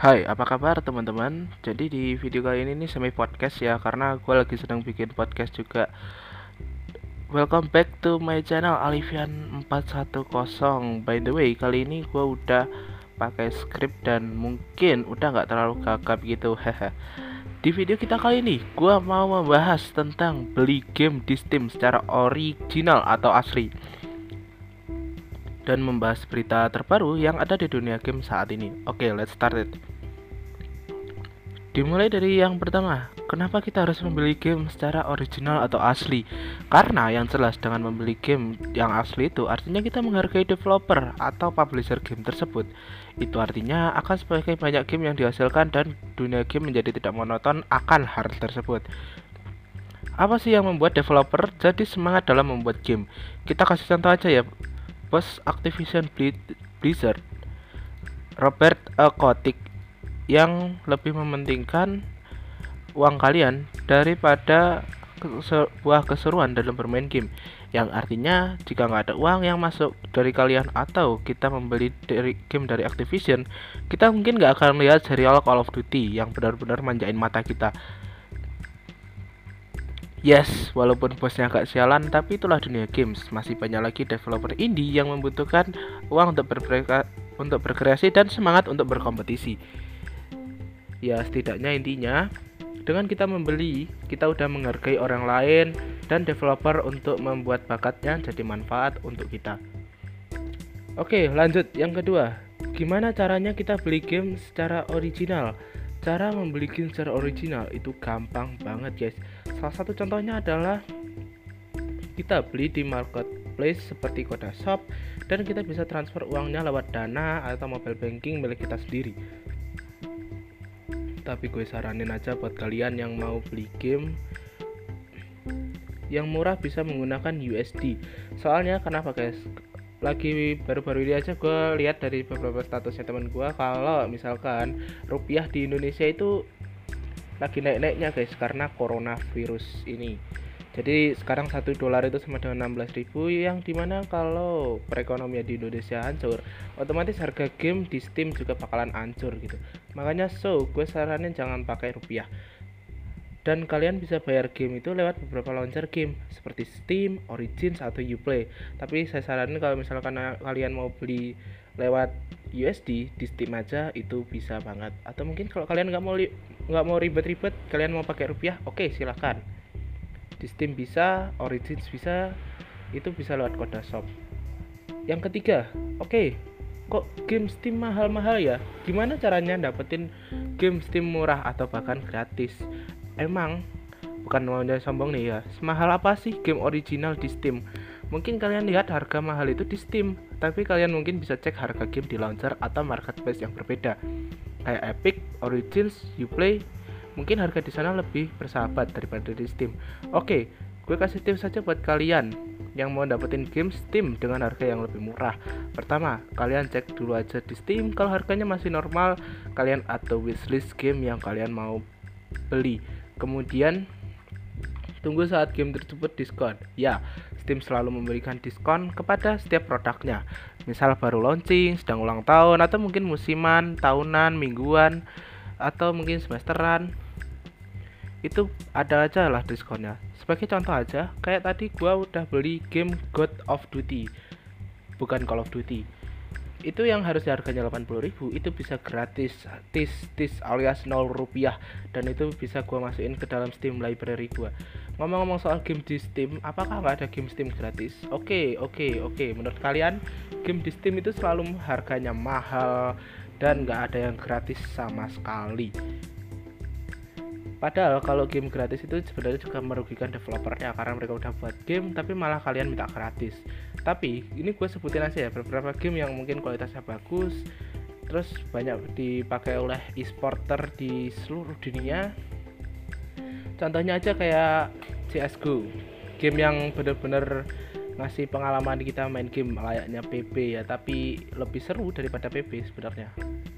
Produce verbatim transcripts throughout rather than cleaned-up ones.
Hai, apa kabar teman-teman? Jadi di video kali ini nih semi podcast ya, karena gue lagi sedang bikin podcast juga. Welcome back to my channel Alifian empat satu nol. By the way, kali ini gue udah pakai script dan mungkin udah nggak terlalu gagap gitu. Hehe. Di video kita kali ini, gue mau membahas tentang beli game di Steam secara original atau asli, dan membahas berita terbaru yang ada di dunia game saat ini. Oke, okay, let's start it. Dimulai dari yang pertama, kenapa kita harus membeli game secara original atau asli? Karena yang jelas dengan membeli game yang asli itu artinya kita menghargai developer atau publisher game tersebut. Itu artinya akan semakin banyak game yang dihasilkan dan dunia game menjadi tidak monoton akan hal tersebut. Apa sih yang membuat developer jadi semangat dalam membuat game? Kita kasih contoh aja ya. Bos Activision Blizzard, Robert E. Kotick, yang lebih mementingkan uang kalian daripada sebuah keseruan dalam bermain game. Yang artinya jika nggak ada uang yang masuk dari kalian atau kita membeli dari game dari Activision, kita mungkin nggak akan lihat serial Call of Duty yang benar-benar manjain mata kita. Yes, walaupun bosnya agak sialan, tapi itulah dunia games. Masih banyak lagi developer indie yang membutuhkan uang untuk berkreasi, untuk berkreasi dan semangat untuk berkompetisi. Ya, setidaknya intinya dengan kita membeli, kita udah menghargai orang lain dan developer untuk membuat bakatnya jadi manfaat untuk kita. Oke, lanjut yang kedua. Gimana caranya kita beli game secara original? Cara membeli game secara original itu gampang banget, guys. Salah satu contohnya adalah kita beli di marketplace seperti Kodashop dan kita bisa transfer uangnya lewat Dana atau mobile banking milik kita sendiri. Tapi gue saranin aja buat kalian yang mau beli game yang murah bisa menggunakan U S D. Soalnya kenapa, guys? Lagi baru-baru ini aja gue lihat dari beberapa statusnya teman gue kalau misalkan rupiah di Indonesia itu lagi naik-naiknya, guys, karena coronavirus ini. Jadi sekarang satu dolar itu sama dengan enam belas ribu, yang dimana kalau perekonomian di Indonesia hancur, otomatis harga game di Steam juga bakalan hancur gitu. Makanya so gue saranin jangan pakai rupiah. Dan kalian bisa bayar game itu lewat beberapa launcher game seperti Steam, Origins, atau Uplay. Tapi saya saranin kalau misalkan kalian mau beli lewat U S D di Steam aja itu bisa banget. Atau mungkin kalau kalian nggak mau li- nggak mau ribet-ribet, kalian mau pakai rupiah, oke, okay, silahkan. Di Steam bisa, Origins bisa, itu bisa lewat Kodashop. Yang ketiga, oke, okay, kok game Steam mahal-mahal ya? Gimana caranya dapetin game Steam murah atau bahkan gratis? Emang bukan mau jadi sombong nih ya, semahal apa sih game original di Steam? Mungkin kalian lihat harga mahal itu di Steam, tapi kalian mungkin bisa cek harga game di launcher atau marketplace yang berbeda kayak Epic, Origins, Uplay. Mungkin harga di sana lebih bersahabat daripada di Steam. Oke, gue kasih tips saja buat kalian yang mau dapetin game Steam dengan harga yang lebih murah. Pertama, kalian cek dulu aja di Steam, kalau harganya masih normal, kalian atau wishlist game yang kalian mau beli. Kemudian tunggu saat game tersebut diskon. Ya, Steam selalu memberikan diskon kepada setiap produknya. Misal baru launching, sedang ulang tahun, atau mungkin musiman, tahunan, mingguan, atau mungkin semesteran. Itu ada aja lah diskonnya. Sebagai contoh aja, kayak tadi gua udah beli game God of Duty, bukan Call of Duty. Itu yang harusnya harganya delapan puluh ribu itu bisa gratis, tis tis alias nol rupiah, dan itu bisa gua masukin ke dalam Steam library gua. Ngomong-ngomong soal game di Steam, apakah nggak ada game Steam gratis? Oke, oke, oke. Menurut kalian game di Steam itu selalu harganya mahal dan nggak ada yang gratis sama sekali. Padahal kalau game gratis itu sebenarnya juga merugikan developernya karena mereka udah buat game tapi malah kalian minta gratis. Tapi ini gue sebutin aja ya beberapa game yang mungkin kualitasnya bagus, terus banyak dipakai oleh e-sporter di seluruh dunia. Contohnya aja kayak C S G O, game yang bener-bener ngasih pengalaman kita main game layaknya P B ya, tapi lebih seru daripada P B sebenarnya.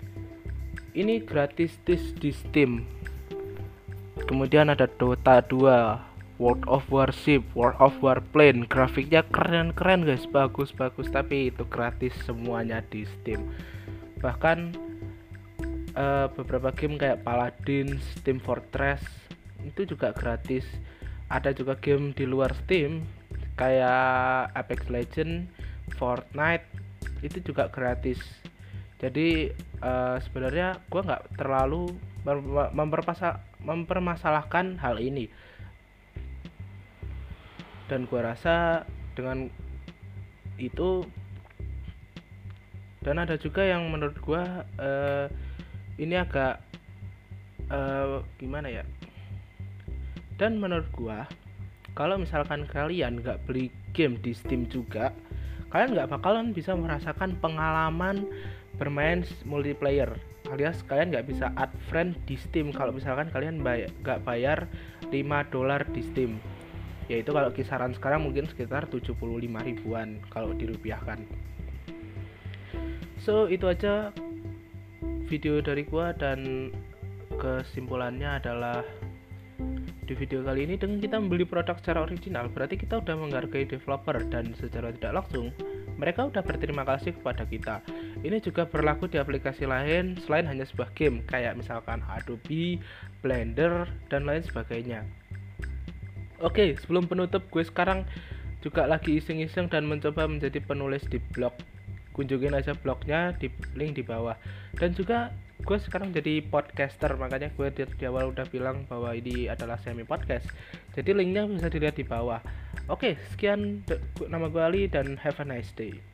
Ini gratis di Steam. Kemudian ada Dota dua, World of Warship, World of Warplane. Grafiknya keren-keren, guys, bagus-bagus, tapi itu gratis semuanya di Steam. Bahkan uh, beberapa game kayak Paladins, Team Fortress itu juga gratis. Ada juga game di luar Steam kayak Apex Legends, Fortnite itu juga gratis. Jadi uh, sebenarnya gue nggak terlalu mempermasalahkan hal ini, dan gue rasa dengan itu. Dan ada juga yang menurut gue uh, ini agak uh, gimana ya, dan menurut gue kalau misalkan kalian nggak beli game di Steam juga, kalian nggak bakalan bisa merasakan pengalaman bermain multiplayer, alias kalian nggak bisa add friend di Steam kalau misalkan kalian bay- nggak bayar lima dolar di Steam, yaitu kalau kisaran sekarang mungkin sekitar tujuh puluh lima ribuan kalau dirupiahkan. So itu aja video dari gua, dan kesimpulannya adalah di video kali ini dengan kita membeli produk secara original berarti kita udah menghargai developer, dan secara tidak langsung mereka udah berterima kasih kepada kita. Ini juga berlaku di aplikasi lain selain hanya sebuah game, kayak misalkan Adobe, Blender, dan lain sebagainya. Oke, sebelum penutup, gue sekarang juga lagi iseng-iseng dan mencoba menjadi penulis di blog. Kunjungin aja blognya di link di bawah. Dan juga gue sekarang jadi podcaster, makanya gue di, di awal udah bilang bahwa ini adalah semi podcast. Jadi linknya bisa dilihat di bawah. Oke, sekian, nama gue Ali dan have a nice day.